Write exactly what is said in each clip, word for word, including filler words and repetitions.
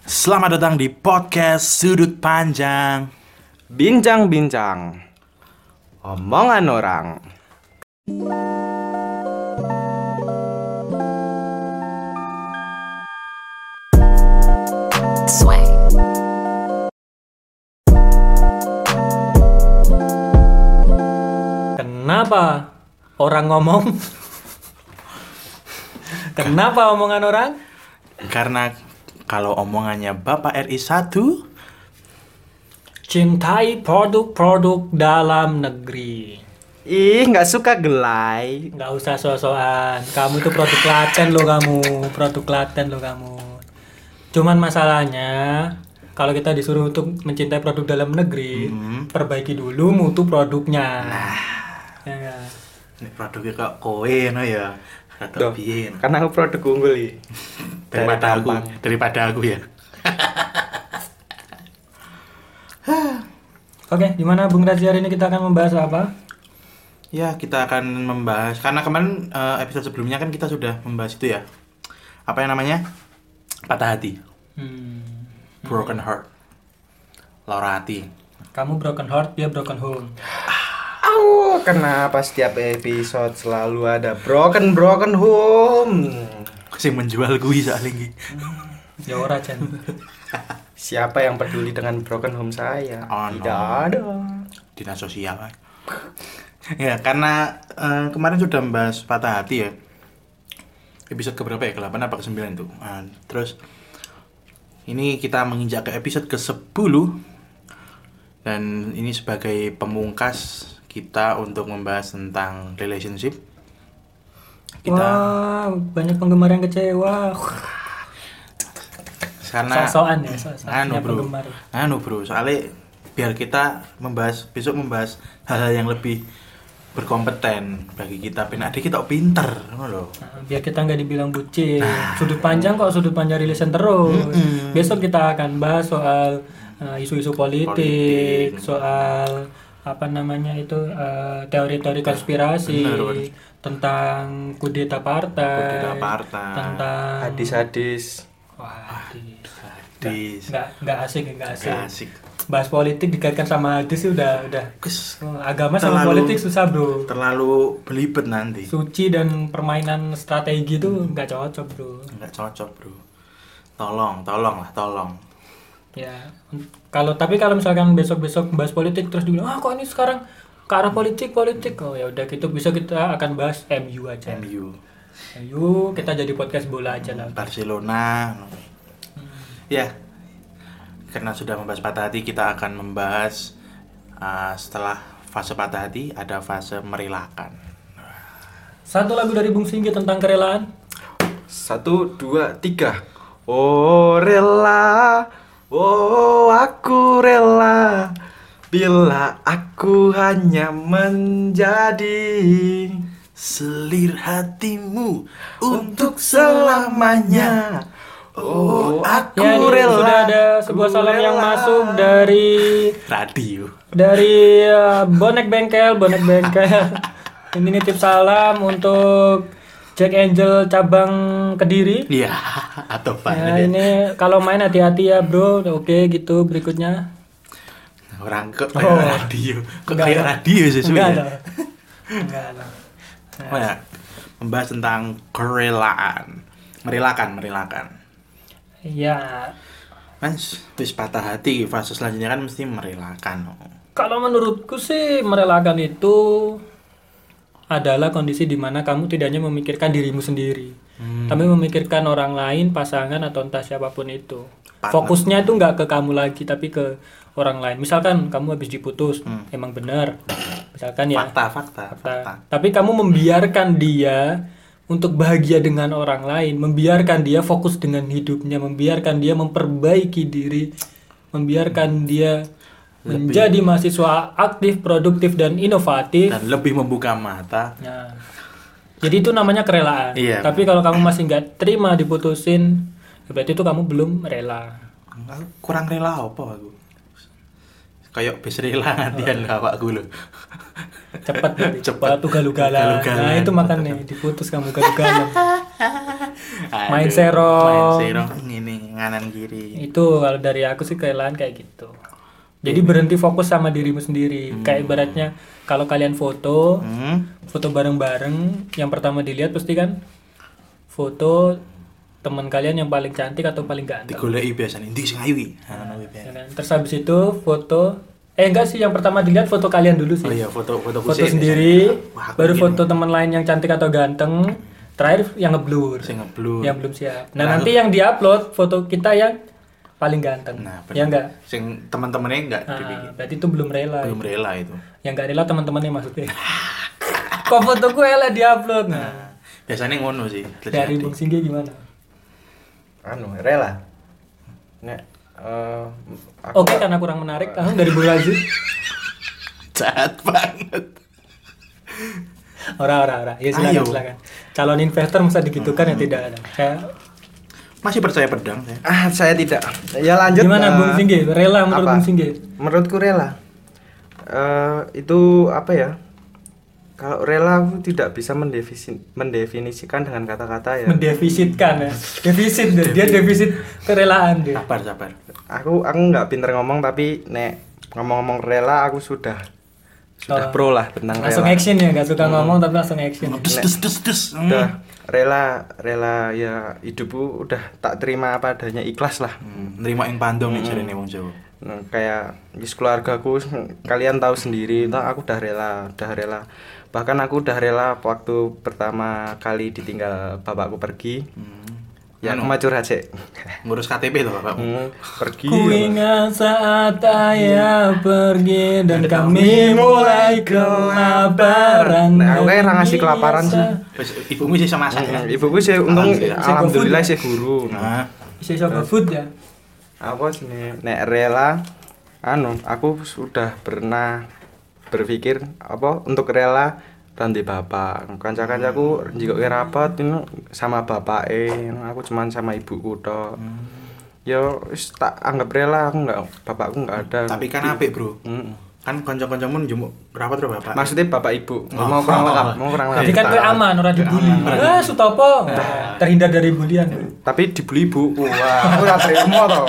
Selamat datang di podcast Sudut Panjang. Bincang-bincang omongan orang. Sway. Kenapa orang ngomong? Kenapa omongan orang? Karena kalau omongannya Bapak R I satu, Cintai produk-produk dalam negeri. Ih, nggak suka gelai. Nggak usah so-soan. Kamu itu produk Klaten lo kamu. Produk Klaten lo kamu. Cuman masalahnya, kalau kita disuruh untuk mencintai produk dalam negeri, Hmm. perbaiki dulu mutu produknya. Ya nggak? ini produknya kok kowe no ya. Atau Duh, piye no? karena aku produk unggul ya. Daripada Dari aku, Tampang. daripada aku ya. Oke, gimana Bung Razi, hari ini kita akan membahas apa? Ya, kita akan membahas karena kemarin eh, episode sebelumnya kan kita sudah membahas itu ya. Apa yang namanya? Patah hati, Hmm. broken heart. Lara hati. Kamu broken heart, dia broken home. Au, kenapa setiap episode selalu ada broken broken home? Sing menjual gue soalnya iki. Ya ora Jan. Siapa yang peduli dengan broken home saya? Oh, no. Tidak ada. Dinas sosial kan. Ya, karena eh, kemarin sudah membahas patah hati ya. Episode keberapa ya? ke delapan apa ke sembilan tuh. Nah, terus ini kita menginjak ke episode ke sepuluh. Dan ini sebagai pemungkas kita untuk membahas tentang relationship. Kita Wah, banyak penggemar yang kecewa. karena So-soan ya, so-soan anu punya bro. penggemar. Anu bro, soalnya biar kita membahas besok membahas hal-hal yang lebih berkompeten bagi kita, ben adik kita pinter ngono lho. Nah, biar kita nggak dibilang bucin. Sudut panjang kok, sudut panjang relation terus. Mm-mm. Besok kita akan bahas soal uh, isu-isu politik, Politik. soal apa namanya itu uh, teori-teori konspirasi, Bener, bener. tentang kudeta partai, Kudeta partai. tentang Hadis-hadis. wah, hadis. Hadis. Nggak nggak asik, nggak asik. Gak asik. Bahas politik dikaitkan sama hadis sih udah udah. Kus, Oh, agama sama Terlalu- politik susah bro. terlalu belibet nanti. Suci dan permainan strategi itu nggak cocok bro. Nggak cocok bro. Tolong, tolong lah, tolong. Ya, kalau tapi kalau misalkan besok-besok bahas politik terus dibilang ah kok ini sekarang ke arah politik politik, oh ya udah gitu bisa kita akan bahas M U aja. M U, M U kita jadi podcast bola aja lah. Barcelona. Ya, karena sudah membahas patah hati, kita akan membahas uh, setelah fase patah hati ada fase merelakan. Satu lagu dari Bung Singgi tentang kerelaan. Satu, dua, tiga. Oh rela, oh aku rela. Bila aku hanya menjadi Selir hatimu untuk selamanya. Oh, aku Ya, ini rela. sudah ada sebuah Ku salam yang rela. masuk dari Radio. dari uh, bonek bengkel, bonek bengkel. Ini nitip salam untuk Jack Angel cabang Kediri. Iya, atau apa? Ya, ini kalau main hati-hati ya bro. Oke gitu berikutnya. Orang kok Oh. kayak radio. Kok Enggak kayak ada. radio sesuai Enggak ya? ada. Enggak ada. Oh ya, membahas tentang kerelaan. Merelakan, merelakan. Ya, Mas, wis patah hati, fase selanjutnya kan mesti merelakan. kalau menurutku sih merelakan itu adalah kondisi di mana kamu tidak hanya memikirkan dirimu sendiri, Hmm. tapi memikirkan orang lain, pasangan atau entah siapapun itu. Partner. Fokusnya itu nggak ke kamu lagi, tapi ke orang lain. Misalkan kamu habis diputus, Hmm. emang benar. Misalkan ya. Fakta, fakta, fakta. fakta. Tapi kamu membiarkan dia untuk bahagia dengan orang lain, membiarkan dia fokus dengan hidupnya, membiarkan dia memperbaiki diri, membiarkan dia menjadi mahasiswa aktif, produktif dan inovatif. Dan lebih membuka mata. Nah, jadi itu namanya kerelaan. Iya. Tapi kalau kamu masih nggak terima diputusin, ya berarti itu kamu belum rela. Kurang rela apa aku? Kayak bis rela ngantian oh. awakku lho. Cepat, Cepat. cepat ugal-ugalan. Ugal-ugalan. Nah, itu makanya diputus kamu ugal-ugalan. Main Aduh, serong. Main serong ini nganan kiri. Itu kalau dari aku sih kerelaan kayak gitu. Jadi berhenti fokus sama dirimu sendiri. Kayak ibaratnya kalau kalian foto, Hmm. foto bareng-bareng, yang pertama dilihat pasti kan foto teman kalian yang paling cantik atau paling ganteng. Digoleki biasanya ndi sing ayu iki. Ngono kuwi Ya biasa. kan? Terus habis itu foto eh enggak sih, yang pertama dilihat foto kalian dulu sih. Oh iya, foto foto Foto kusik sendiri, biasanya. Wah, aku baru gini. foto teman lain yang cantik atau ganteng, terakhir yang ngeblur. Sing ngeblur. Yang belum siap. Nah, Nah, nanti yang diupload foto kita yang paling ganteng. Nah, ya bener. enggak? Sing teman-temannya enggak Nah, dibikin. berarti itu belum rela. Belum rela itu. Yang enggak rela teman-temannya maksudnya. Kok fotoku rela diupload. Nah, Nah, biasanya ngono sih. dari terjadi. Bung Singgi gimana? Anu, rela. Nek eh, aku Oke, karena kurang menarik, langsung dari Bung Razi. Jahat banget. Ora ora ora. Ya silakan Ayo. silakan. Calon investor masa digitukan ya tidak ada. Saya Masih percaya pedang saya. ah saya tidak. Ya lanjut. gimana eh, Bung Singgi? Rela menurut apa? Bung Singgi? Menurutku rela. Eh itu apa ya? Kalau rela aku tidak bisa mendefisi- mendefinisikan dengan kata-kata ya. Mendefisitkan ya. Defisit dia, dia defisit kerelaan dia. Sabar, sabar. Aku aku nggak pinter ngomong tapi nek ngomong-ngomong rela aku sudah Oh. sudah pro lah tentang Langsung rela. action ya, gak suka ngomong tapi langsung action. Des des des des. Hmm. Udah rela rela ya hidupku udah tak terima apa adanya, ikhlas lah. Hmm, nerima ing pandong nek jarene wong Jawa. Nah, kayak wis keluargaku kalian tahu sendiri, toh aku udah rela, udah rela. Bahkan aku udah rela waktu pertama kali ditinggal bapakku pergi. Hmm. Ya Anu, aku mah curhat sih. ngurus K T P tuh Bapakmu. Hmm, pergi. Ku ingat saat ayah pergi dan kami mulai kelaparan. Nah, aku kayak ra ngasih kelaparan sih. Wis ibumu sih masak ya. Hmm, ibuku sih untung Alhamdulillah. alhamdulillah sih guru. Nah, Isi soal food ya. Apa sih nek rela anu aku sudah pernah berpikir apa untuk rela ranti bapak kanca-kancaku njikoke rapat ini sama bapak eh aku cuman sama ibuku tok yo wis tak anggap rela, aku nggak bapakku nggak ada. tapi kan apik, Bro. Mm. Kan kanca-kancamu njumuk rapat karo bapak. Maksudnya bapak ibu Oh. mau kurang lengkap mau kurang lengkap Jadi kan gue aman, orang dibully. Ah, Sutopo. Terhindar dari bulian. tapi dibeli ibu. Wah aku tak terima toh.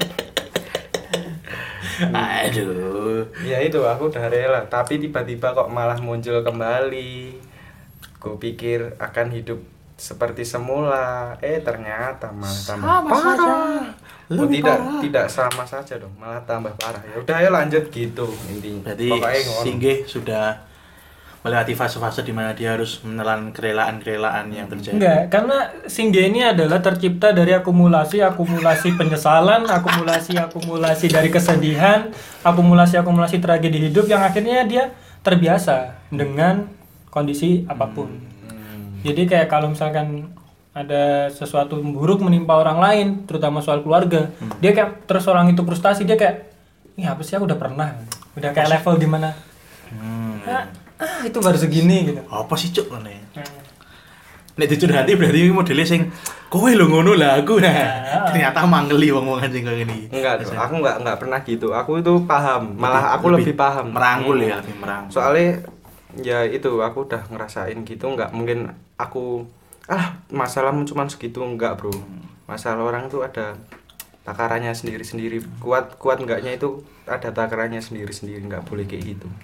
Aduh. Ya itu aku udah rela, tapi tiba-tiba kok malah muncul kembali. Ku pikir akan hidup seperti semula, eh ternyata malah tambah Sama parah. saja. Oh, Lebih tidak parah. tidak sama saja dong, malah tambah parah. Ya udah ayo lanjut gitu intinya. Berarti Pokoknya ngono. Singgih sudah melewati fase-fase di mana dia harus menelan kerelaan-kerelaan yang terjadi. Enggak, karena Singge ini adalah tercipta dari akumulasi, akumulasi penyesalan, akumulasi, akumulasi dari kesedihan, akumulasi, akumulasi tragedi hidup yang akhirnya dia terbiasa dengan kondisi apapun. Jadi kayak kalau misalkan ada sesuatu buruk menimpa orang lain, terutama soal keluarga, dia kayak terus orang itu frustasi, dia kayak, ini apa sih aku udah pernah, udah kayak level dimana, Hmm. ah, ah, itu baru segini gitu. Apa sih cuk ngene? Nah, Nek dicurhati berarti modele sing kowe lho ngono lah aku nah. Ya. Ternyata mangeli wong-wong anjing kayak gini. Enggak, dong, aku enggak enggak pernah gitu. Aku itu paham, malah aku lebih, paham. merangkul Hmm. ya, lebih merangkul. Soalnya ya itu aku udah ngerasain gitu, nggak mungkin aku ah masalahmu cuma segitu, enggak bro. Masalah orang itu ada takarannya sendiri-sendiri, kuat kuat enggaknya itu ada takarannya sendiri-sendiri, nggak boleh kayak gitu.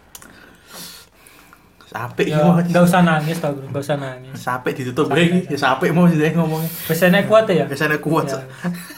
Sampai ya, mau nggak usah nangis tau bro, nggak usah nangis. sampai ditutup bae ya sampai mau sih ngomongnya. Pesannya kuat ya? Biasanya kuat. Ya.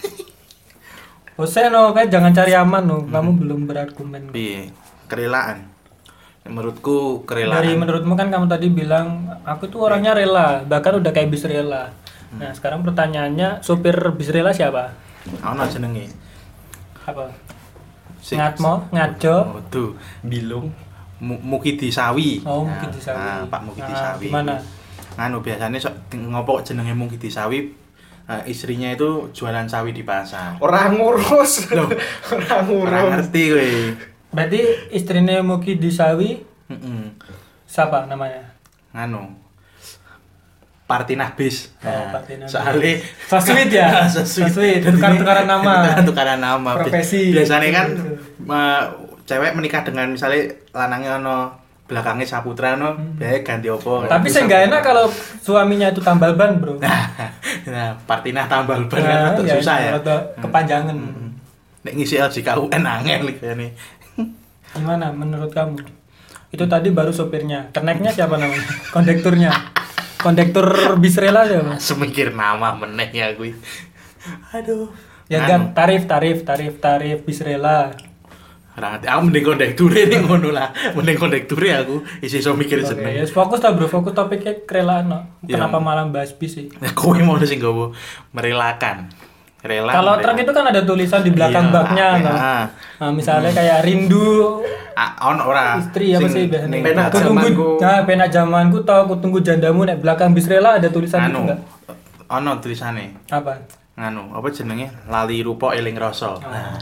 Jose no, kayak jangan cari aman no, kamu belum berargumen. Piye? Kerelaan. Menurutku kerelaan. Dari menurutmu kan kamu tadi bilang aku tuh orangnya rela, bahkan udah kayak bis rela. Nah sekarang pertanyaannya, supir bis rela siapa? Ono jenenge. Apa? Sing- Ngatmo, Ngajo. Oh, tuh. Bilung Mu- Mukidi Sawi. Oh, Nah, Mukidi Sawi. Nah, Pak Mukidi Ah, Sawi. gimana? Nganu biasanya sok ngopo jenenge Mukidi Sawi. eh, istrinya itu jualan sawi di pasar. Orang ngurus, Loh, orang ngurus. Ora ngerti kowe. Berarti istrinya Muki Disawi Heeh. siapa namanya? Nganu. Partinah bis. Oh, Partinah bis. Soalnya Saswid ya? Saswid. Saswid, tukar-tukaran nama. Tukaran nama. Profesi. Biasanya kan Gitu. eh, cewek menikah dengan misalnya lanangnya ono belakangnya Saputra no, biaya ganti opo. Tapi saya nggak enak kalau suaminya itu tambal ban, bro. Nah, Partina tambal ban Nah, kan ya, susah ya. rada kepanjangan. Nek ngisi L J K U N angel iki nih. Gimana menurut kamu? Itu tadi baru sopirnya. Keneknya siapa namanya? Kondekturnya. Kondektur bis rela siapa? Semikir nama meneh ya kuwi. Aduh. Ya kan tarif tarif tarif tarif bis rela. Ora ngerti. Aku mending kondekture ning ngono lah. Mending kondekture aku isi iso mikir Oke, seneng. ya fokus ta bro, fokus topiknya kerelaan no. Ya. Kenapa malah bahas bis sih? Kowe mau sing gowo merelakan. Rela. Kalau truk itu kan ada tulisan di belakang Iya, baknya iya. no. Nah, misalnya kayak rindu Ah, on ora. istri apa Sing sih biasanya? ning penak Ku tunggu, zamanku. nah, penak zamanku tau ku tunggu jandamu nek belakang bis rela ada tulisan itu anu. enggak? Ono tulisane. Apa? Nganu, apa jenenge? Lali rupa eling rasa. Oh. Nah.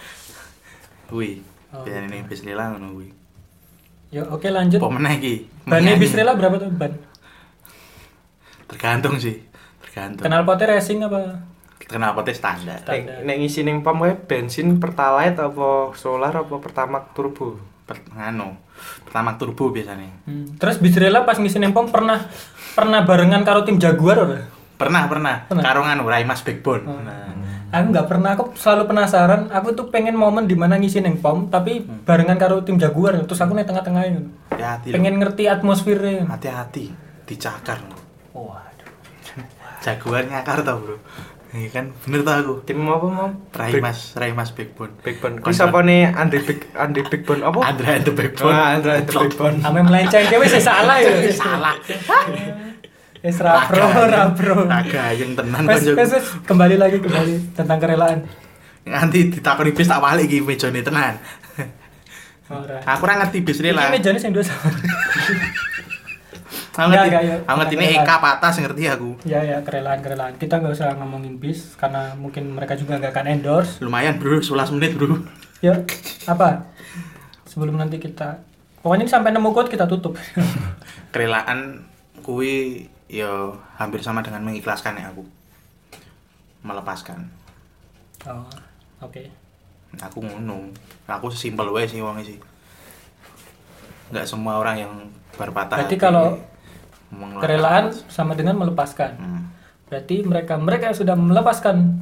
Kuwi. Oh. Biyen ini bis rela ngono kuwi. Ya oke lanjut. Apa meneh iki? Bannya Menyanyi. bis rela berapa tuh ban? Tergantung sih. Tergantung. Kenal potnya racing apa? Kenapa teh standar? Nek nek ngisi ning pom wae bensin Pertalite apa solar apa Pertamax turbo. Per- nganu. Pertama turbo biasanya. Hmm. Terus bis rela pas ngisi neng pom pernah pernah barengan karo tim Jaguar ora? Pernah, pernah. Pernah? Karo nganu Raimas Backbone. Oh. Nah. Aku nggak pernah, aku selalu penasaran. Aku tuh pengen momen di mana ngisi neng pom, tapi barengan karo tim Jaguar. Terus aku nih tengah-tengahnya. Hati-hati. Pengen ngerti atmosfernya. Hati-hati. Dicakar. Waduh. Jaguar nyakar tau, Bro. Iya kan bener tau aku. Tim apa mau? Raimas, Raimas Backbone. Backbone. Kuwi sapa nih Andre Big Andre Backbone apa? Andra and the Backbone. Ah, Andre and the Backbone. Ame melenceng dewe sih salah ya. Salah. Wis ra pro, ra pro. Naga yang tenan Wes, kan wes, wes, kembali lagi kembali tentang kerelaan. Nanti ditakoni bis tak balik iki mejane tenan. Ora. Aku ora ngerti bis Ini rela. mejane sing dua sama. Aku ngerti. Enggak, enggak, ya. Aku ngerti ini Kerelaan. Eka patah sing ngerti aku. Ya ya kerelaan kerelaan. Kita nggak usah ngomongin bis karena mungkin mereka juga nggak akan endorse. Lumayan, Bro, sebelas menit, Bro. Ya apa? Sebelum nanti kita pokoknya ini sampai nemu quote kita tutup. Kerelaan kuwi ya hampir sama dengan mengikhlaskan ya aku. Melepaskan. Oh, oke. Aku ngono. Aku sesimpel wae sih wong sih. Enggak semua orang yang berpatah. Berarti hati kalau mengeluarkan- kerelaan sama dengan melepaskan. Hmm. Berarti mereka mereka yang sudah melepaskan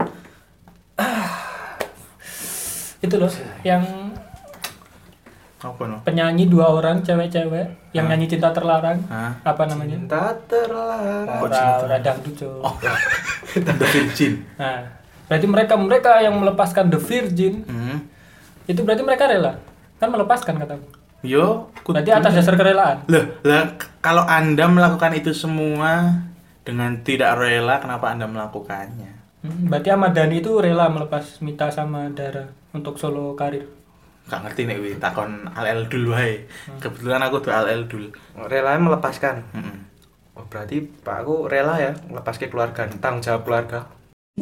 itu loh yang Apa no? penyanyi dua orang cewek-cewek yang nyanyi cinta terlarang. Hah? Apa namanya? Cinta terlarang. Kok cinta Ora ora dangdut, Cuk. Oh. The Virgin. Nah, berarti mereka mereka yang melepaskan The Virgin Hmm. itu berarti mereka rela kan melepaskan katamu. Yo, kudu- Berarti atas dasar kerelaan. Loh, lah k- kalau Anda melakukan itu semua dengan tidak rela, kenapa Anda melakukannya? Hmm, berarti Ahmad Dhani itu rela melepas Mita sama Dara untuk solo karir. Gak ngerti nek kuwi takon Al El Dul wae. Kebetulan aku tuh Al El Dul. Rela melepaskan. Heeh. Oh, berarti Pak aku rela ya ngelepas ke keluarga, tanggung jawab keluarga.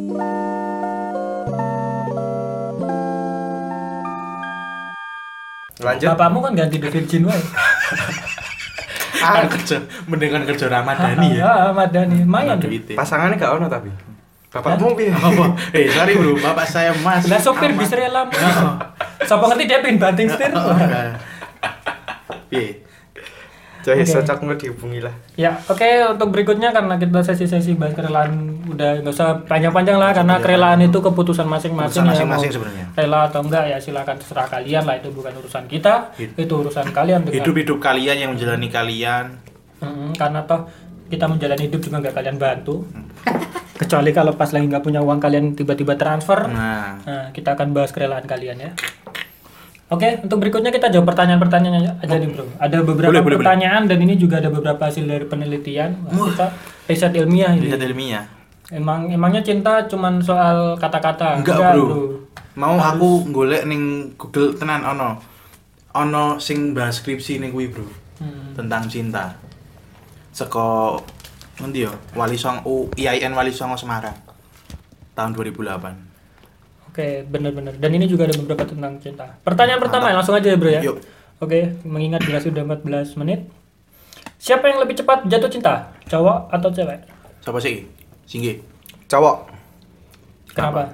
Lanjut. Bapakmu kan ganti The Virgin wae. Kan kerja mendingan kerja Ramadhani ya. Ah, Ahmad Dhani. Lumayan. Ono duite. Pasangannya gak ono tapi. Bapakmu piye? Apa? Eh, sorry Bro, bapak saya Mas. Lah sopir Aman. bis rela. Siapa ngerti dia pengen banting setir. Oh, enggak. Piye? Jadi Oke. cocok nggak dihubungi lah. Ya, oke untuk berikutnya karena kita sesi-sesi bahas kerelaan udah nggak usah panjang-panjang lah karena kerelaan itu keputusan masing-masing Keputusan ya. masing-masing Mau sebenarnya. Rela atau enggak ya silakan terserah kalian lah itu bukan urusan kita, Hid- itu urusan kalian dengan Hidup-hidup kalian yang menjalani kalian. Mm-mm, karena toh kita menjalani hidup juga nggak kalian bantu. Kecuali kalau pas lagi nggak punya uang kalian tiba-tiba transfer. Nah, Nah, kita akan bahas kerelaan kalian ya. Oke, untuk berikutnya kita jawab pertanyaan-pertanyaannya aja nih bro. Ada beberapa Boleh, boleh, pertanyaan dan ini juga ada beberapa hasil dari penelitian. Wah, kita riset ilmiah ini. lihat ilmiah. Emang emangnya cinta cuman soal kata-kata? Enggak, bro. Mau aku golek ning Google tenan ono. Ono sing bahas skripsi ning kuwi, Bro. Hmm. Tentang cinta. Seko ngendi yo? Wali Songo U I A I N Wali Songo Semarang. Tahun dua ribu delapan. Oke, benar-benar. Dan ini juga ada beberapa tentang cinta. Pertanyaan pertama langsung aja ya bro ya. Yuk. Oke, mengingat durasi udah empat belas menit. Siapa yang lebih cepat jatuh cinta? Cowok atau cewek? Siapa sih? Singgi. Cowok. Kenapa?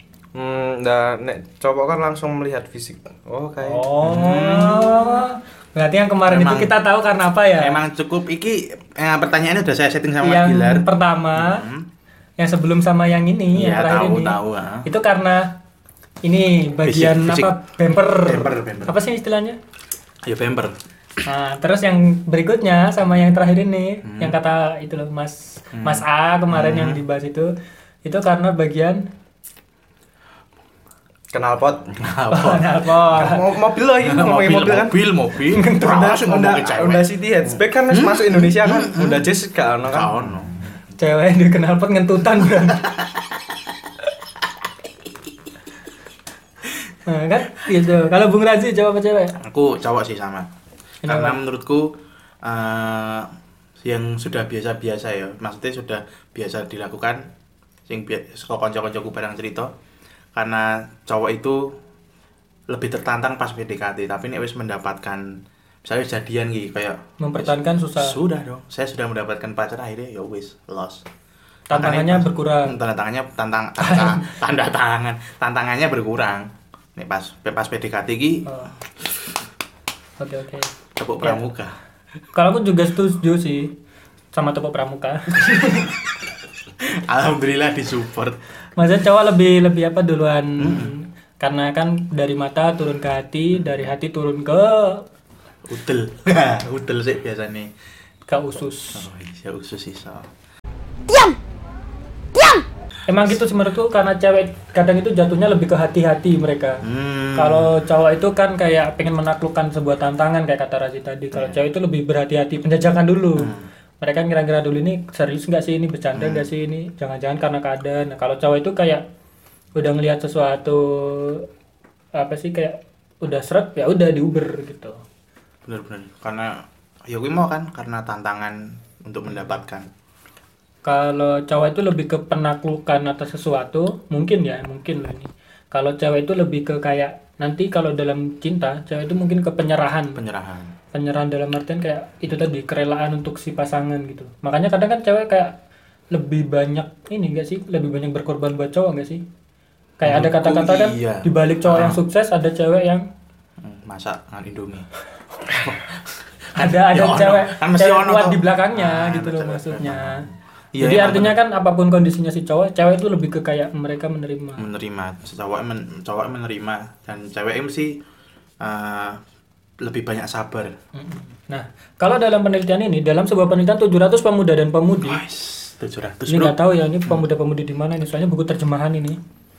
Hmm, nah, nek cowok kan langsung melihat fisik. Oh, kayak Oh, Berarti yang kemarin Memang- itu kita tahu karena apa ya? Emang cukup iki eh, pertanyaannya udah saya setting sama Mas yang Gilar. pertama, Hmm. yang sebelum sama yang ini, Iya, yang terakhir tahu, ini. tahu, ah. Itu karena ini bagian Fisik- fisik. apa? Bumper. Bumper, bumper. Apa sih istilahnya? Ya bumper. Nah, terus yang berikutnya sama yang terakhir ini, Hmm. yang kata itu loh Mas Mas A kemarin yang dibahas itu, itu karena bagian Knalpot. Apa? knalpot. Mau mobil loh ini ngomongin mobil kan. mobil, mobil. Honda, Terus Honda, ngomong ke cewek. Honda City hatchback kan wis masuk Indonesia kan. Honda Jazz gak ono kan. Gak ono. Cewek di knalpot ngentutan bro. Nah, kan gitu. Kalau Bung Razi jawab apa cewek? Aku cowok sih sama. Kenapa? Karena menurutku eh, yang sudah biasa-biasa ya, maksudnya sudah biasa dilakukan sing biasa saka kanca-kancaku barang cerita. Karena cowok itu lebih tertantang pas P D K T, tapi nek wis mendapatkan misalnya jadian gitu kayak Mempertahankan susah. sudah dong. Saya sudah mendapatkan pacar akhirnya ya wis lost. Tantangannya Makanya pas- berkurang. Tanda tangannya tantang tanda, tanda tangan tantangannya berkurang. Nek pas pas P D K T iki Oh. Oke oke. tepuk Ya. pramuka. Kalau aku juga setuju sih sama tepuk pramuka. Alhamdulillah disupport. Maksudnya cowok lebih lebih apa duluan? Karena kan dari mata turun ke hati, dari hati turun ke Udel. Udel sih biasanya. ke usus. Oh iya usus iso. Emang gitu sih menurutku karena cewek kadang itu jatuhnya lebih ke hati-hati mereka. Hmm. Kalau cowok itu kan kayak pengen menaklukkan sebuah tantangan kayak kata Razi tadi. Kalau cewek itu lebih berhati-hati, penjajakan dulu. Mereka ngira-ngira dulu ini serius nggak sih ini, bercanda nggak sih ini, jangan-jangan karena keadaan. Nah, kalau cowok itu kayak udah ngelihat sesuatu apa sih kayak udah seret ya udah diuber gitu. Bener-bener. Karena ya gue mau kan karena tantangan untuk mendapatkan. Kalau cowok itu lebih ke penaklukan atas sesuatu, mungkin ya, mungkin loh ini. Kalau cewek itu lebih ke kayak nanti kalau dalam cinta, cewek itu mungkin ke penyerahan. Penyerahan. Penyerahan dalam artian kayak itu tadi kerelaan untuk si pasangan gitu. Makanya kadang kan cewek kayak lebih banyak ini enggak sih? Lebih banyak berkorban buat cowok enggak sih? Kayak ada Menurutku kata-kata kan iya. di balik cowok yang Ah. sukses ada cewek yang Hmm, masak dengan Indomie. ada ada Ya ono. cewek Kan mesti cewek ono kuat toh. di belakangnya Ah, gitu ada loh cewek maksudnya. Iya, Jadi emang artinya bener. kan apapun kondisinya si cowok, cewek itu lebih ke kayak mereka menerima. Menerima. Cowok men cowok menerima dan cewek mesti eh, lebih banyak sabar. Nah, kalau dalam penelitian ini, dalam sebuah penelitian tujuh ratus pemuda dan pemudi, Guys, tujuh ratus ini bro. nggak tahu ya ini pemuda-pemudi di mana ini, soalnya buku terjemahan ini.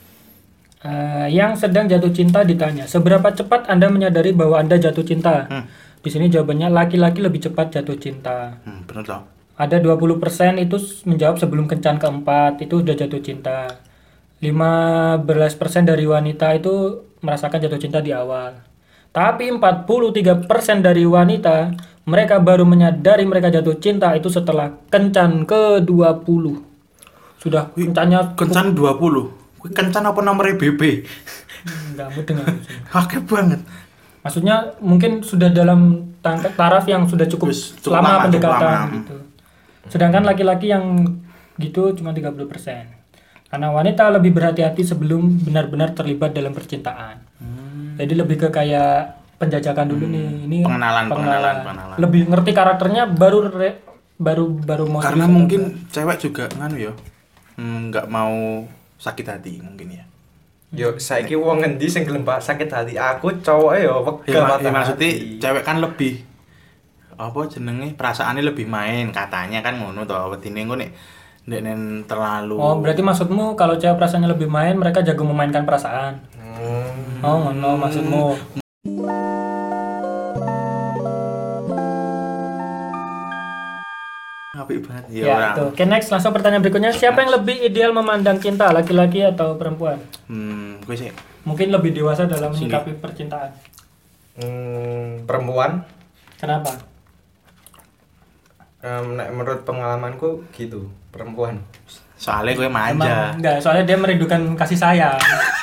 Eh, yang sedang jatuh cinta ditanya, seberapa cepat Anda menyadari bahwa Anda jatuh cinta? Hmm. Di sini jawabannya laki-laki lebih cepat jatuh cinta. Hmm, bener toh. Ada dua puluh persen itu menjawab sebelum kencan keempat itu udah jatuh cinta. lima belas persen dari wanita itu merasakan jatuh cinta di awal. Tapi empat puluh tiga persen dari wanita mereka baru menyadari mereka jatuh cinta itu setelah kencan ke dua puluh. Sudah kencannya Kencan dua puluh. Kuwi kencan apa nomornya B B? enggak mudeng aku sih. Oke banget. Maksudnya mungkin sudah dalam tangka- taraf yang sudah cukup, Wis, cukup lama, lama, cukup pendekatan lama. gitu. Sedangkan laki-laki yang gitu cuma tiga puluh persen. Karena wanita lebih berhati-hati sebelum benar-benar terlibat dalam percintaan. Jadi lebih ke kayak penjajakan dulu nih. Ini Pengenalan, pengenalan, pengenalan. Lebih ngerti karakternya baru re- baru baru mau Karena serius. mungkin cewek juga nganu ya. hmm, nggak mau sakit hati mungkin ya. Yo saiki wong ngendi sing gelem pak sakit hati aku cowok ya Ya, wegel mak- patah ya, maksudnya hati. cewek kan lebih apa jenenge perasaannya lebih main katanya kan ngono toh wedine engko nek nek nek terlalu Oh, berarti maksudmu kalau cewek perasaannya lebih main, mereka jago memainkan perasaan. Hmm. Oh, ngono maksudmu. apik banget ya, Ya, orang. itu. Oke, next langsung pertanyaan berikutnya. Siapa yang lebih ideal memandang cinta, laki-laki atau perempuan? Hmm, gue sih Mungkin lebih dewasa dalam Sini. menyikapi percintaan. Hmm, perempuan Kenapa? em, nek menurut pengalamanku gitu perempuan. soalnya gue Emang manja. enggak, soalnya dia merindukan kasih sayang.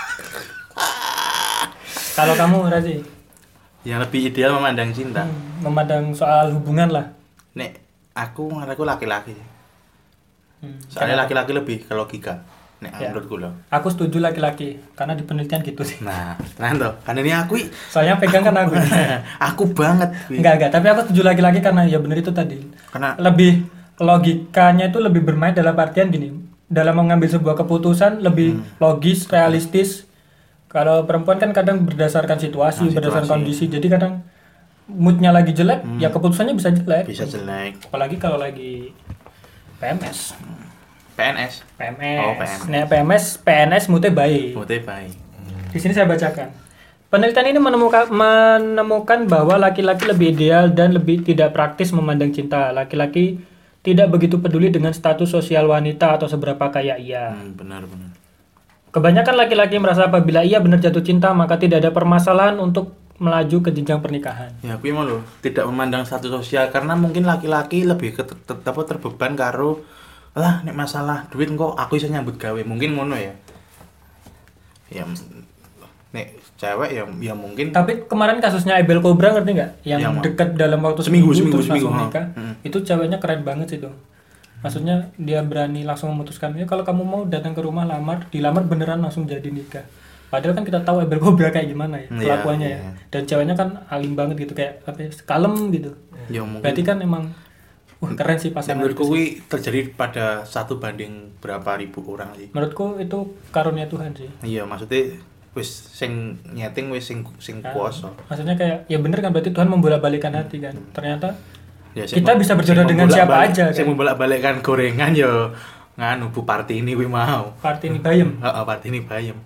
Kalau kamu, Razi, Yang lebih ideal memandang cinta. hmm, memandang soal hubungan lah. Nek aku aku laki-laki. Hmm, Soalnya kenapa? laki-laki lebih ke logika. Nek Ya. menurutku loh. Aku setuju laki-laki karena di penelitian gitu sih. Nah, nah toh, kan ini aku Soalnya pegang kan aku. aku banget. Wi. Enggak, enggak, tapi aku setuju laki-laki karena ya bener itu tadi. Karena Lebih logikanya itu lebih bermain dalam artian gini. Dalam mengambil sebuah keputusan lebih Hmm. logis, realistis. Kalau perempuan kan kadang berdasarkan situasi, Nah, berdasarkan situasi. kondisi. Jadi kadang moodnya lagi jelek, ya keputusannya bisa jelek. bisa jelek. Apalagi kalau lagi P M S. P N S. P M S. Oh, P M S. Nah, P M S, P N S moodnya baik. Mote baik. Di sini saya bacakan. Penelitian ini menemukan, menemukan bahwa laki-laki lebih ideal dan lebih tidak praktis memandang cinta. Laki-laki tidak begitu peduli dengan status sosial wanita atau seberapa kaya ia. Hmm, benar benar. Kebanyakan laki-laki merasa apabila ia benar jatuh cinta, maka tidak ada permasalahan untuk melaju ke jenjang pernikahan. Ya, aku mau loh, tidak memandang status sosial karena mungkin laki-laki lebih ke, tetap terbeban karo lah nek masalah duit kok aku bisa nyambut gawe. Mungkin ngono ya. Ya nek cewek ya ya mungkin Tapi kemarin kasusnya Abel Cobra ngerti nggak? Yang Yang dekat dalam waktu Seminggu, seminggu, seminggu, terus seminggu, langsung ha. nikah. Hmm. Itu ceweknya keren banget sih tuh. Maksudnya dia berani langsung memutuskan, ya kalau kamu mau datang ke rumah lamar, dilamar beneran langsung jadi nikah. Padahal kan kita tahu Abel Cobra kayak gimana ya Iya, kelakuannya ya. iya. Dan ceweknya kan alim banget gitu kayak apa ya, kalem gitu. ya mungkin Berarti kan emang wah keren sih ya, pasangan. menurutku itu sih. kuwi terjadi pada satu banding berapa ribu orang sih. Menurutku itu karunia Tuhan sih. Iya, maksudnya wis sing nyeting wis sing sing Kan? kuasa. Maksudnya kayak ya bener kan berarti Tuhan membolak-balikan hati kan. Ternyata Ya, sing kita mem- bisa sing berjodoh dengan siapa membolak-balik- aja Sing kan. membolak-balikkan gorengan yo nganu Bu Partini kuwi mau. Party ini bayem. Heeh, Partini bayem.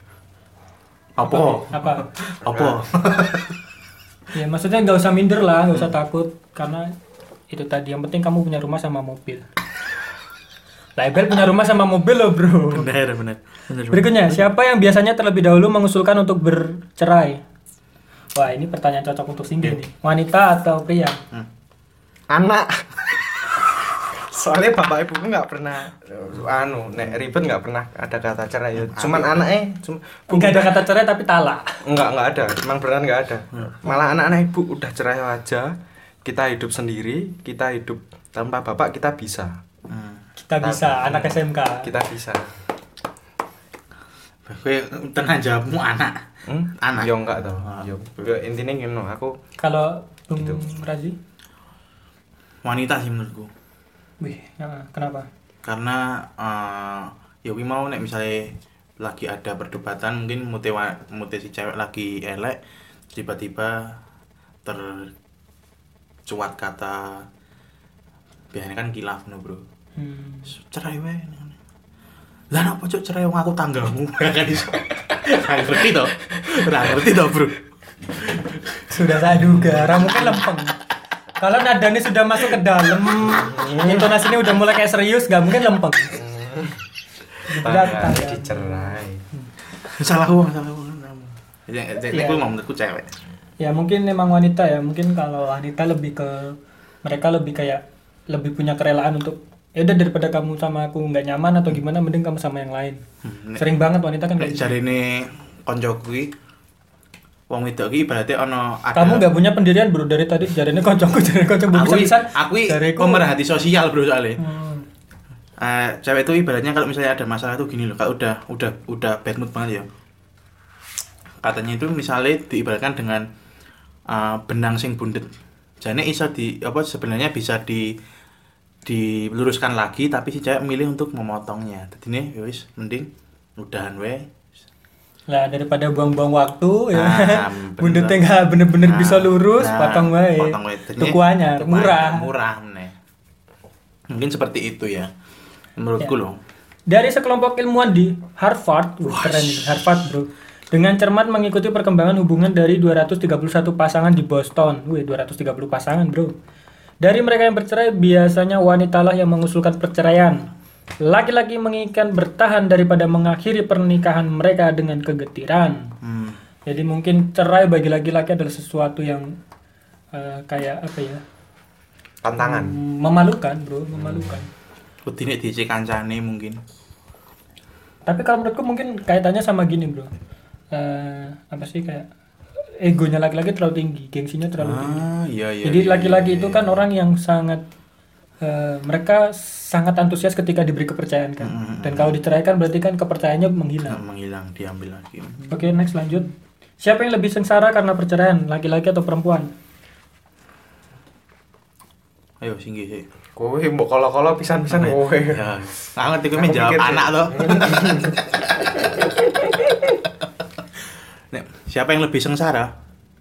Apa? Apa? Apa? Ya maksudnya nggak usah minder lah, nggak usah takut karena itu tadi yang penting kamu punya rumah sama mobil. Label punya rumah sama mobil loh bro. Benar, benar. Benar. Berikutnya, siapa yang biasanya terlebih dahulu mengusulkan untuk bercerai? Wah ini pertanyaan cocok untuk Singgih nih. Wanita atau pria? Anak. Soalnya bapak ibuku nggak pernah anu nek ribet nggak pernah ada kata cerai ya. Cuman anaknya cuma Enggak ada kata cerai tapi talak. Enggak, enggak ada. Emang beneran enggak ada. Malah anak-anak ibu udah cerai aja. Kita hidup sendiri, kita hidup tanpa bapak kita bisa. Hmm. Kita bisa, anak S M K. Kita bisa. Kowe tenan jawabmu anak. Hmm? Anak. Yo enggak tau. Yo. Yo intinya gini, aku Kalau Bung Gitu. Razi? Wanita sih menurutku. Wih, ya, kenapa? Karena eh ya kuwi mau nek misalnya lagi ada perdebatan mungkin mute wa- mute si cewek lagi elek tiba-tiba tercuat kata biasanya kan kilaf no bro. Hmm. Cerai wae. Lah napa cok cerai wong aku tanggamu kan iso. Ora ngerti to. Ora ngerti to, Bro. Sudah saya duga, Ra mungkin lempeng. Kalau nadanya sudah masuk ke dalam, intonasinya udah mulai kayak serius, nggak mungkin lempeng. Berat, tangga tangga. dicerai. Salah wong, salah wong. Ya, Iya. nek kuwi mau menurutku cewek. Ya mungkin memang wanita ya, mungkin kalau wanita lebih ke mereka lebih kayak lebih punya kerelaan untuk ya udah daripada kamu sama aku nggak nyaman atau gimana, mending kamu sama yang lain. Hmm, nek- Sering banget wanita kan Nek kayak gitu. jarine koncoku iki wong wedok iki ibaratnya ono ada Kamu nggak punya pendirian bro dari tadi jarene koncoku jarene koncoku aku bisa bisa. aku pemerhati sosial bro soalnya. Hmm. Eh, cewek itu ibaratnya kalau misalnya ada masalah tuh gini loh, kalau udah udah udah bad mood banget ya. Katanya itu misalnya diibaratkan dengan eh, benang sing bundet. Jane iso di apa sebenarnya bisa di diluruskan lagi tapi si cewek milih untuk memotongnya. Jadi nih ya wis mending udahan we. Lah daripada buang-buang waktu ya. Ah, bener. Bundutnya nggak bener-bener Nah, bisa lurus, nah, potong wae. potong wae. Jadi, Tuku anyar, tuku murah. anyar, murah nih. Mungkin seperti itu ya. Menurutku Ya. loh. Dari sekelompok ilmuwan di Harvard, wah, keren ini, Harvard bro, dengan cermat mengikuti perkembangan hubungan dari dua ratus tiga puluh satu pasangan di Boston. Wih, dua ratus tiga puluh pasangan bro. Dari mereka yang bercerai, biasanya wanitalah yang mengusulkan perceraian. Laki-laki menginginkan bertahan daripada mengakhiri pernikahan mereka dengan kegetiran. Hmm. Jadi mungkin cerai bagi laki-laki adalah sesuatu yang eh, kayak apa ya, Tantangan. memalukan bro, memalukan. Kudine diisi kancane mungkin. Tapi kalau menurutku mungkin kaitannya sama gini bro, Eh, apa sih kayak egonya laki-laki terlalu tinggi, gengsinya terlalu tinggi. Ah, iya iya. Jadi iya, laki-laki iya, itu iya. kan orang yang sangat eh, mereka sangat antusias ketika diberi kepercayaan kan. Hmm. Dan kalau diceraikan berarti kan kepercayaannya menghilang. Menghilang, diambil lagi. Oke, next lanjut. Siapa yang lebih sengsara karena perceraian, laki-laki atau perempuan? Ayo singgi sih. Kowe mbok kala-kala pisan-pisan kowe. Ya, nggak ngerti kowe Aku menjawab mikir, anak sih. toh. Nek, siapa yang lebih sengsara?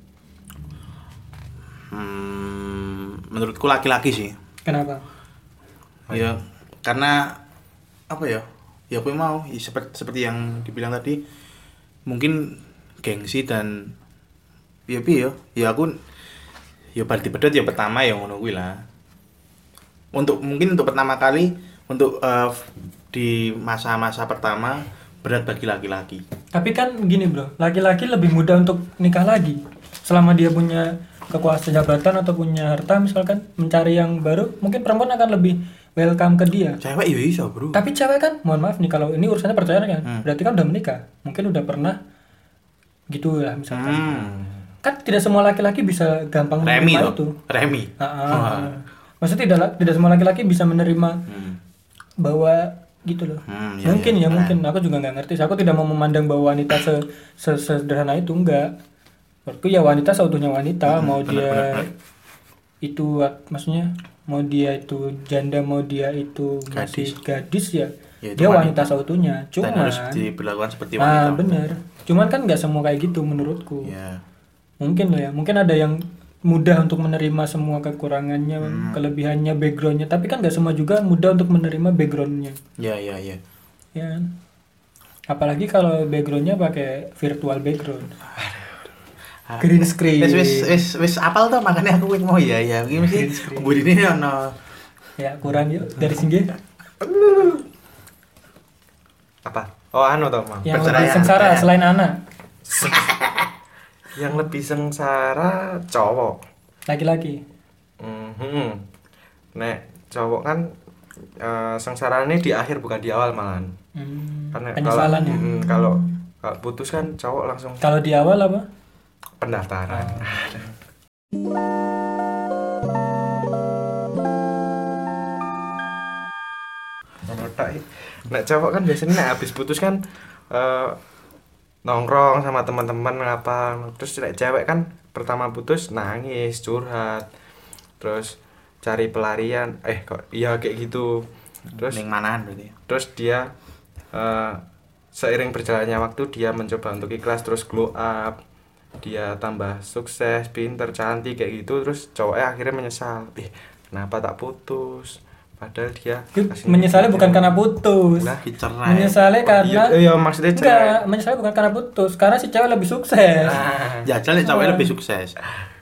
Hmm, menurutku laki-laki sih. Kenapa? Ya, karena apa ya? Ya aku mau ya, seperti seperti yang dibilang tadi, mungkin gengsi dan ya piye ya? Ya aku ya bar dipedhot ya pertama ya ngono kuwi lah. Untuk mungkin untuk pertama kali untuk eh, di masa-masa pertama berat bagi laki-laki. Tapi kan gini bro, laki-laki lebih mudah untuk nikah lagi selama dia punya kekuasaan jabatan atau punya harta misalkan, mencari yang baru, mungkin perempuan akan lebih welcome ke dia. Cewek ya bisa, Bro. Tapi cewek kan, mohon maaf nih, kalau ini urusannya perceraian kan, Hmm. berarti kan udah menikah, mungkin udah pernah gitu lah misalkan. Hmm. Kan tidak semua laki-laki bisa gampang Remi menerima toh. itu. Remi. Ah, ah, ah. Maksudnya tidak tidak semua laki-laki bisa menerima Hmm. bahwa gitu loh. Hmm, ya, mungkin ya. ya, mungkin aku juga nggak ngerti. Aku tidak mau memandang bahwa wanita se se- sederhana itu, enggak. Menurutku ya wanita seutuhnya wanita, Hmm, mau benar, dia benar, benar. itu at- maksudnya mau dia itu janda, mau dia itu masih gadis ya, Ya, itu dia wanita. wanita seutuhnya. Dan Cuman harus diperlakukan seperti wanita. ah bener. Cuman kan nggak semua kayak gitu menurutku. Ya. Mungkin lah ya, mungkin ada yang mudah untuk menerima semua kekurangannya, Hmm. kelebihannya, backgroundnya, tapi kan nggak semua juga mudah untuk menerima backgroundnya. Ya, ya, ya. Ya kan? Apalagi kalau backgroundnya pakai virtual background, green screen. Wis wis wis wis apal tuh makanya aku wis mau ya ya. Iki mesti Green screen. kebudine ono Ya kurang yuk dari sini. Apa? Oh, anu toh, Mang. Yang lebih Perceraian. sengsara selain anak, Yang lebih sengsara cowok. laki-laki. Mhm. Nek cowok kan eh, sengsaranya di akhir bukan di awal malahan. Hmm, Karena penyesalan kalau, ya. mm, kalau kalau putus kan cowok langsung Kalau di awal apa? pendaftaran. Nek cowok kan biasanya nek habis putus kan eh, nongkrong sama teman-teman ngapa. Terus nek cewek kan pertama putus nangis, curhat. Terus cari pelarian. Eh kok iya kayak gitu. Terus ning manahan berarti. terus dia eh, seiring berjalannya waktu dia mencoba untuk ikhlas, terus glow up, dia tambah sukses, pinter, cantik kayak gitu. Terus cowoknya akhirnya menyesal, ih kenapa tak putus, padahal dia Yuk, kasih menyesali gitu. bukan karena putus. Lah, Dicerai. Menyesali karena iya, iya, maksudnya cewek. enggak, menyesali bukan karena putus, karena si cewek lebih sukses. Ah, Jajal nek cewek lebih sukses.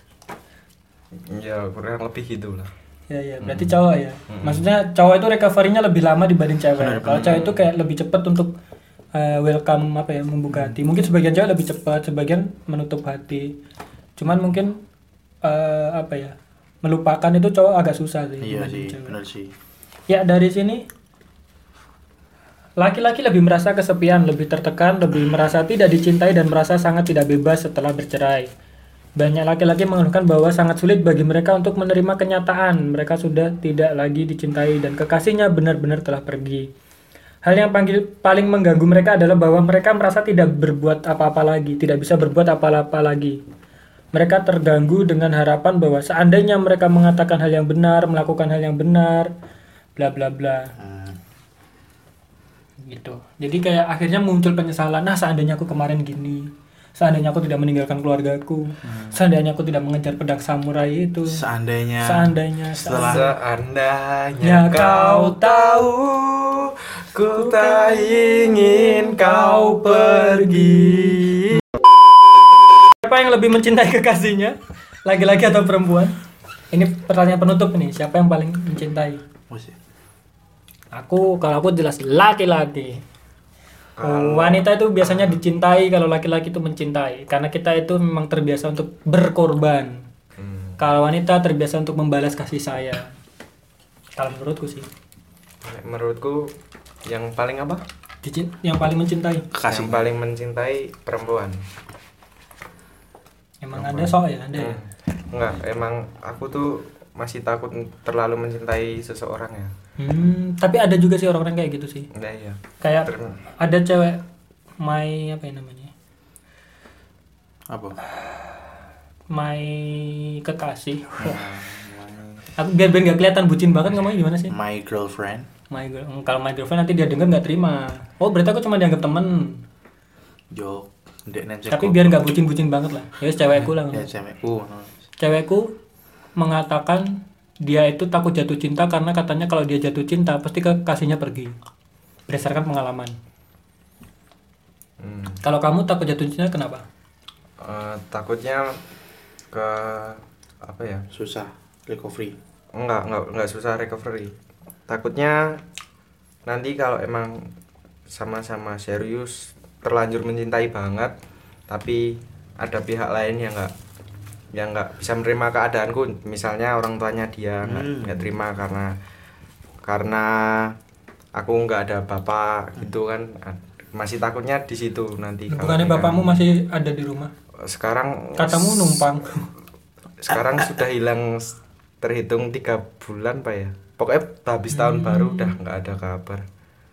ya kurang lebih gitu lah. Ya ya, berarti cowok ya. Maksudnya cowok itu recovery-nya lebih lama dibanding cewek. Benar, Kalau cewek itu kayak lebih cepat untuk uh, welcome apa ya, membuka hati. Mungkin sebagian cewek lebih cepat, sebagian menutup hati. Cuman mungkin uh, apa ya, melupakan itu cowok agak susah sih. Iya dibanding sih, cewek. benar sih. Ya dari sini laki-laki lebih merasa kesepian, lebih tertekan, lebih merasa tidak dicintai dan merasa sangat tidak bebas setelah bercerai. Banyak laki-laki mengeluhkan bahwa sangat sulit bagi mereka untuk menerima kenyataan mereka sudah tidak lagi dicintai dan kekasihnya benar-benar telah pergi. Hal yang panggil, paling mengganggu mereka adalah bahwa mereka merasa tidak berbuat apa-apa lagi, tidak bisa berbuat apa-apa lagi. Mereka terganggu dengan harapan bahwa seandainya mereka mengatakan hal yang benar, melakukan hal yang benar, bla bla bla. Hmm. Gitu. Jadi kayak akhirnya muncul penyesalan. Nah, seandainya aku kemarin gini, seandainya aku tidak meninggalkan keluargaku, seandainya aku tidak mengejar pedang samurai itu, Seandainya seandainya, setelah Seandainya Ya, kau kau tahu, ku tak ingin kau pergi. siapa yang lebih mencintai kekasihnya, laki-laki atau perempuan? Ini pertanyaan penutup nih, siapa yang paling mencintai? Wes ya. Aku, kalau aku jelas laki-laki. Oh, wanita itu biasanya dicintai, kalau laki-laki itu mencintai. Karena kita itu memang terbiasa untuk berkorban. Hmm. Kalau wanita terbiasa untuk membalas kasih sayang. Kalau menurutku sih, Nek menurutku yang paling apa? Dicin- yang paling mencintai. Kekasih. Yang paling mencintai perempuan. Emang ada sok ya, ada ya. Enggak, emang aku tuh masih takut terlalu mencintai seseorang ya. Hmm, tapi ada juga sih orang-orang kayak gitu sih. Nah, iya. Kayak Terima. ada cewek my apa ya namanya? Apa? My kekasih. Nah, Aku biar biar nggak kelihatan bucin banget ngomongnya gimana sih? my girlfriend. My girl, mm, kalau my girlfriend nanti dia denger nggak terima. Oh berarti aku cuma dianggap temen. Yo, ndek nem Tapi biar nggak bucin-bucin banget lah. Ya cewekku lah. ya cewekku. no. Cewekku mengatakan dia itu takut jatuh cinta karena katanya kalau dia jatuh cinta pasti kekasihnya pergi. Berdasarkan pengalaman. Hmm. Kalau kamu takut jatuh cinta kenapa? Eh, takutnya ke apa ya? Susah recovery. Enggak, enggak enggak susah recovery. Takutnya nanti kalau emang sama-sama serius terlanjur mencintai banget tapi ada pihak lain yang enggak yang enggak bisa menerima keadaanku, misalnya orang tuanya dia enggak Hmm. enggak terima karena karena aku enggak ada bapak gitu kan. Masih takutnya di situ nanti. kalau Bukannya nikah. bapakmu masih ada di rumah? Sekarang Katamu numpang. sekarang sudah hilang s- terhitung tiga bulan pak ya, pokoknya habis tahun Hmm. baru udah nggak ada kabar.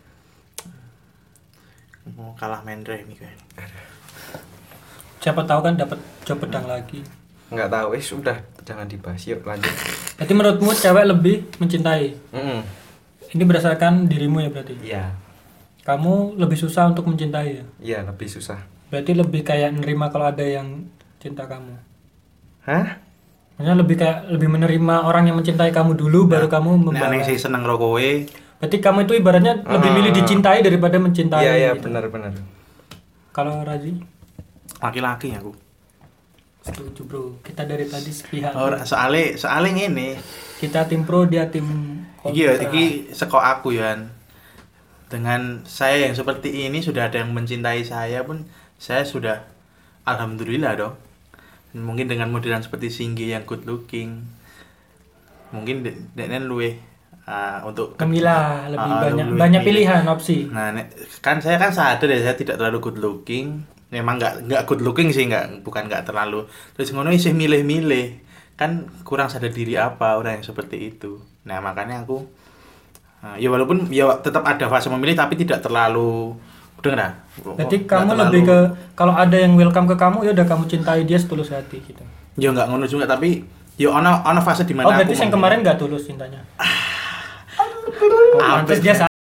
Mau kalah Mendre ini kayaknya. Siapa tahu kan dapat job pedang lagi. Nggak tahu, eh sudah jangan dibahas, yuk lanjut. Berarti menurutmu cewek lebih mencintai? Mm-mm. Ini berdasarkan dirimu ya berarti? Iya, Kamu lebih susah untuk mencintai ya? iya lebih susah. Berarti lebih kayak nerima kalau ada yang cinta kamu. Hah? Maksudnya lebih kayak lebih menerima orang yang mencintai kamu dulu baru kamu Nek membalas. aneh sih seneng rokowe. Berarti kamu itu ibaratnya lebih Ah. milih dicintai daripada mencintai. Iya iya gitu. benar-benar. Kalau Razi? Laki-laki aku. Setuju bro. Kita dari tadi sepihak. Ora soale soale ngene. Kita tim pro, dia tim Iki ya, kontra. iki seko aku ya. Dengan saya yang seperti ini sudah ada yang mencintai saya pun saya sudah alhamdulillah dong. Mungkin dengan modelan seperti Singgi yang good looking. Mungkin deknen luwe uh, untuk Memilah lebih Ah, banyak lebih banyak milih. pilihan opsi. Nah, nek- kan saya kan sadar ya saya tidak terlalu good looking. Memang nggak nggak good looking sih, nggak bukan nggak terlalu. Terus ngono sih milih-milih. Kan kurang sadar diri apa orang yang seperti itu. Nah, makanya aku uh, ya walaupun ya tetap ada fase memilih tapi tidak terlalu udah nggak. Berarti nggak kamu terlalu- lebih ke kalau ada yang welcome ke kamu ya udah kamu cintai dia setulus hati gitu. ya nggak ngono juga tapi ya ono ono fase di mana Oh berarti aku yang memilih. kemarin nggak tulus cintanya. Oh, pantes dia sa-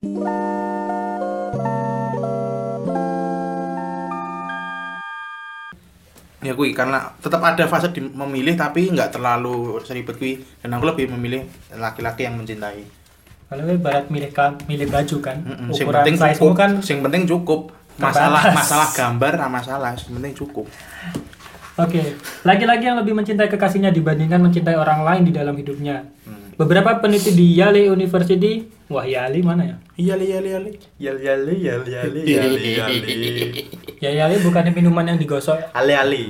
Ya kui karena tetap ada fase di memilih tapi nggak terlalu seribet kui dan aku lebih memilih laki-laki yang mencintai. Kalau ibarat milih ka- milih baju kan, Mm-mm, sing ukuran penting size cukup, kan. sing penting cukup. Masalah Terbatas. masalah gambar nggak masalah, sing penting cukup. Oke, laki-laki yang lebih mencintai kekasihnya dibandingkan mencintai orang lain di dalam hidupnya. Hmm. Beberapa peneliti di Yale University, wah Yale mana ya? Iya li iya li iya li. Yal yali yal yali yali yali. Ya Yale bukannya minuman yang digosok. Ali ali.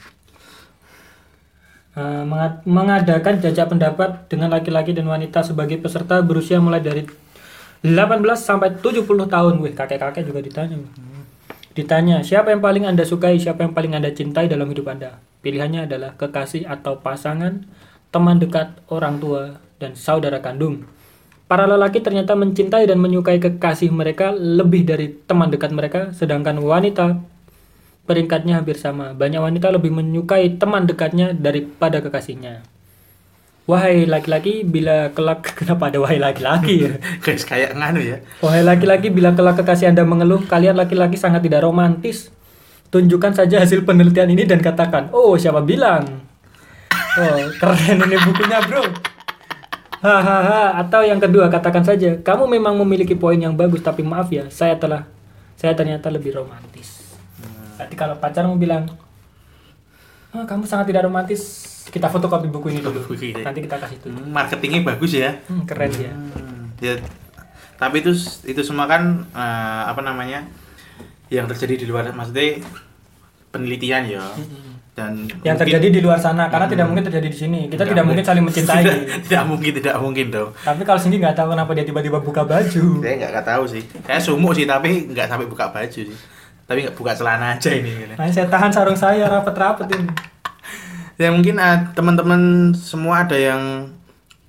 Eh, menga- mengadakan jajak pendapat dengan laki-laki dan wanita sebagai peserta berusia mulai dari delapan belas sampai tujuh puluh tahun. Wih, kakek-kakek juga ditanya. Ditanya, siapa yang paling Anda sukai, siapa yang paling Anda cintai dalam hidup Anda? Pilihannya adalah kekasih atau pasangan, teman dekat, orang tua, dan saudara kandung. Para lelaki ternyata mencintai dan menyukai kekasih mereka lebih dari teman dekat mereka, sedangkan wanita peringkatnya hampir sama. Banyak wanita lebih menyukai teman dekatnya daripada kekasihnya. Wahai laki-laki, bila kelak kenapa ada wahai laki-laki ya? Guys kayak nganu ya. Wahai laki-laki, bila kelak kekasih Anda mengeluh, kalian laki-laki sangat tidak romantis. Tunjukkan saja hasil penelitian ini dan katakan, "Oh, siapa bilang?" Oh, keren ini bukunya, Bro. Hahaha. Atau yang kedua, katakan saja, "Kamu memang memiliki poin yang bagus, tapi maaf ya, saya telah saya ternyata lebih romantis." Berarti kalau pacarmu bilang, "Ah, kamu sangat tidak romantis." Kita fotokopi buku ini dulu. Buku ini. Nanti kita kasih itu. Hmm, marketingnya bagus ya. Hmm, keren ya. Hmm, ya. Tapi itu itu semua kan eh, apa namanya? Yang terjadi di luar maksudnya penelitian ya. Dan Yang mungkin- terjadi di luar sana karena tidak mungkin terjadi di sini. Kita tidak, mungkin saling mencintai. tidak, tidak mungkin, tidak mungkin dong. Tapi kalau sini nggak tahu kenapa dia tiba-tiba buka baju. Saya nggak nggak tahu sih. Saya sumuk sih tapi nggak sampai buka baju sih. Tapi nggak buka celana aja ini. Gitu. Nah, saya tahan sarung saya rapet-rapet ini. Ya mungkin uh, teman-teman semua ada yang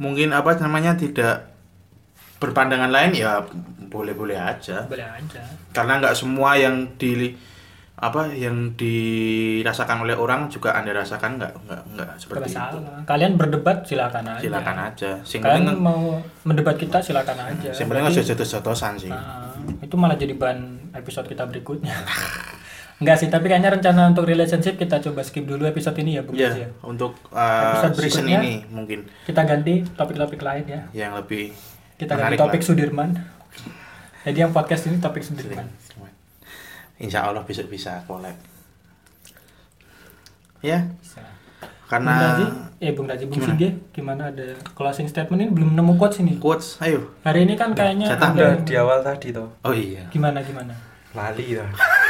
mungkin apa namanya tidak berpandangan lain ya boleh-boleh aja. Boleh aja. Karena nggak semua yang di apa yang dirasakan oleh orang juga Anda rasakan, nggak nggak nggak seperti itu. Masalah. Kalian berdebat silakan aja. Silakan aja. Sing Kalian penting mau mendebat kita silakan aja. sing penting Berarti- aja jotos-jotosan sih. Nah, itu malah jadi bahan episode kita berikutnya. Enggak sih, tapi kayaknya rencana untuk relationship kita coba skip dulu episode ini ya, Bung Ya, Gizi ya. untuk uh, Episode season berikutnya. ini mungkin Kita ganti topik-topik lain ya. yang lebih Kita ganti menarik topik lah. Sudirman. Jadi yang podcast ini topik Sudirman. Insya Allah besok bisa collab. Ya, Bisa. karena Bung Raji, eh Bung Raji, Bung Gimana? Sige, gimana ada closing statement ini belum nemu quotes ini. quotes, ayo. Hari ini kan kayaknya saya tambah ada Udah di awal tadi toh. Oh iya. gimana gimana. Lali toh.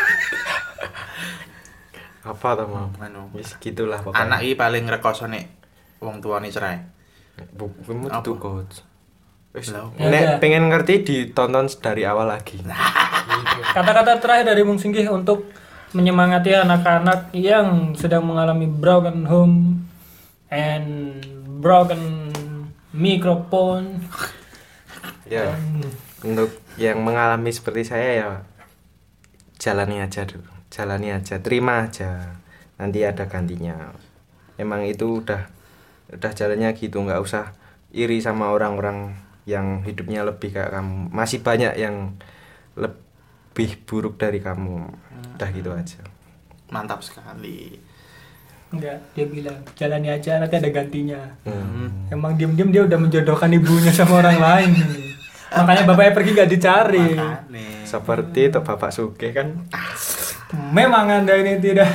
Apa toh mau? Anu, Wis gitulah pokoknya. anak iki paling rekoso nek wong tuane cerai. Bukumu Apa? itu coach. Wis Lah, Ya nek udah. pengen ngerti ditonton dari awal lagi. Kata-kata terakhir dari Bung Singgih untuk menyemangati anak-anak yang sedang mengalami broken home and broken microphone. Ya. Untuk yang mengalami seperti saya ya jalani aja dulu. Jalani aja, terima aja. Nanti ada gantinya. Emang itu udah udah jalannya gitu, nggak usah iri sama orang-orang yang hidupnya lebih kayak kamu. Masih banyak yang lebih buruk dari kamu. Udah gitu aja. Mantap sekali. Enggak, dia bilang jalani aja nanti ada gantinya. Hmm. Emang diem-diem dia udah menjodohkan ibunya sama orang lain. Makanya bapaknya pergi gak dicari. Makane. Seperti itu Bapak Sugih kan. Memang Anda ini tidak.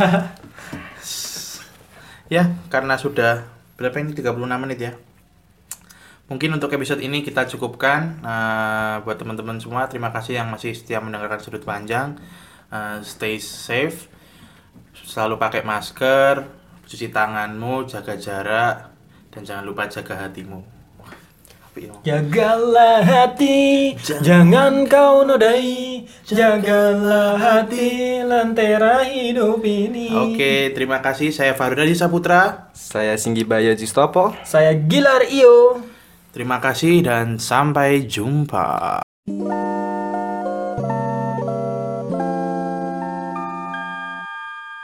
Ya, karena sudah berapa ini tiga puluh enam menit ya. Mungkin untuk episode ini kita cukupkan. Nah, buat teman-teman semua, terima kasih yang masih setia mendengarkan sudut panjang. Uh, stay safe. Selalu pakai masker, cuci tanganmu, jaga jarak, dan jangan lupa jaga hatimu. Wah, apik ya. Jagalah hati, jangan kau nodai. Jagalah hati, lentera hidup ini. Oke, terima kasih. Saya Farudadi Saputra. Saya Singgi Bayo Jistopo. Saya Gilar Iyo. Terima kasih dan sampai jumpa.